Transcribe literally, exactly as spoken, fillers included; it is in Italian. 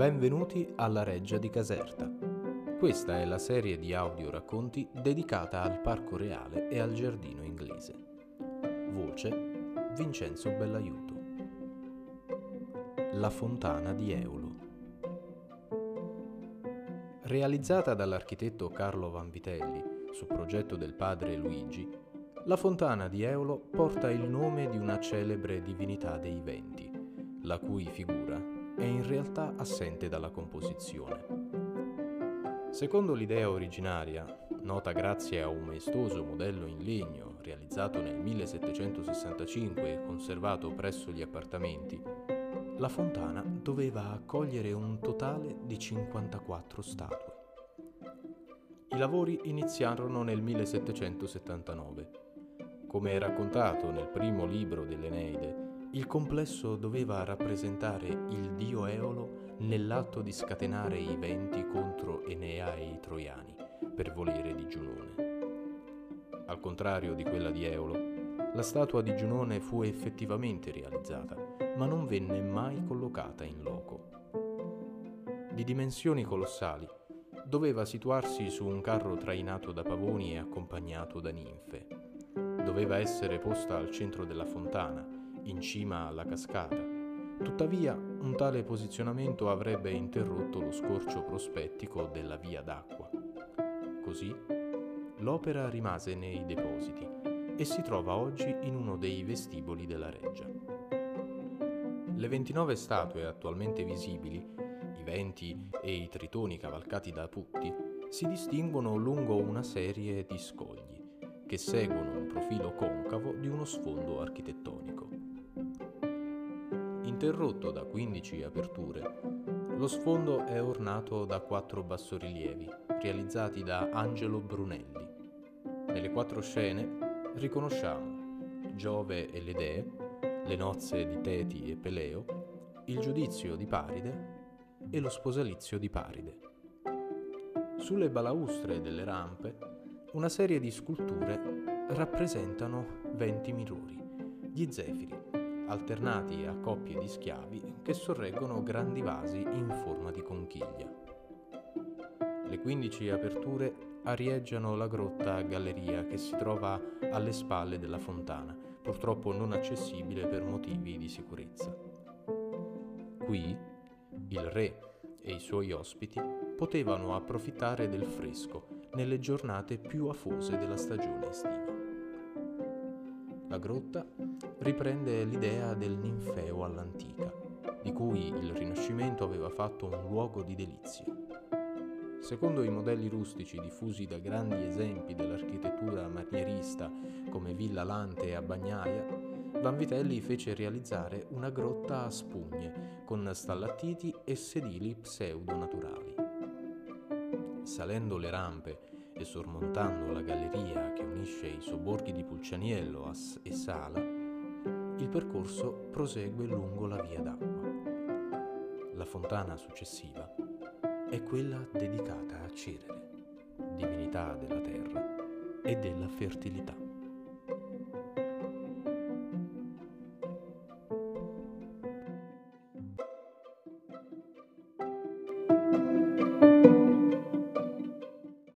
Benvenuti alla Reggia di Caserta. Questa è la serie di audioracconti dedicata al Parco Reale e al Giardino Inglese. Voce Vincenzo Bellaiuto. La fontana di Eolo. Realizzata dall'architetto Carlo Vanvitelli su progetto del padre Luigi, la fontana di Eolo porta il nome di una celebre divinità dei venti, la cui figura è in realtà assente dalla composizione. Secondo l'idea originaria, nota grazie a un maestoso modello in legno realizzato nel millesettecentosessantacinque e conservato presso gli appartamenti, la fontana doveva accogliere un totale di cinquantaquattro statue. I lavori iniziarono nel millesettecentosettantanove. Come è raccontato nel primo libro dell'Eneide, il complesso doveva rappresentare il dio Eolo nell'atto di scatenare i venti contro Enea e i Troiani, per volere di Giunone. Al contrario di quella di Eolo, la statua di Giunone fu effettivamente realizzata, ma non venne mai collocata in loco. Di dimensioni colossali, doveva situarsi su un carro trainato da pavoni e accompagnato da ninfe. Doveva essere posta al centro della fontana, in cima alla cascata. Tuttavia, un tale posizionamento avrebbe interrotto lo scorcio prospettico della via d'acqua. Così, l'opera rimase nei depositi e si trova oggi in uno dei vestiboli della Reggia. Le ventinove statue attualmente visibili, i venti e i tritoni cavalcati da putti, si distinguono lungo una serie di scogli che seguono un profilo concavo di uno sfondo architettonico. Interrotto da quindici aperture, lo sfondo è ornato da quattro bassorilievi realizzati da Angelo Brunelli. Nelle quattro scene riconosciamo Giove e le dee, le nozze di Teti e Peleo, il giudizio di Paride e lo sposalizio di Paride. Sulle balaustre delle rampe, una serie di sculture rappresentano venti minori, gli zefiri, alternati a coppie di schiavi che sorreggono grandi vasi in forma di conchiglia. Le quindici aperture arieggiano la grotta a galleria che si trova alle spalle della fontana, purtroppo non accessibile per motivi di sicurezza. Qui il re e i suoi ospiti potevano approfittare del fresco nelle giornate più afose della stagione estiva. La grotta riprende l'idea del ninfeo all'antica, di cui il Rinascimento aveva fatto un luogo di delizie. Secondo i modelli rustici diffusi da grandi esempi dell'architettura manierista come Villa Lante a Bagnaia, Vanvitelli fece realizzare una grotta a spugne con stallattiti e sedili pseudo-naturali. Salendo le rampe e sormontando la galleria che unisce i sobborghi di Pulcianiello e Sala, il percorso prosegue lungo la via d'acqua. La fontana successiva è quella dedicata a Cerere, divinità della terra e della fertilità.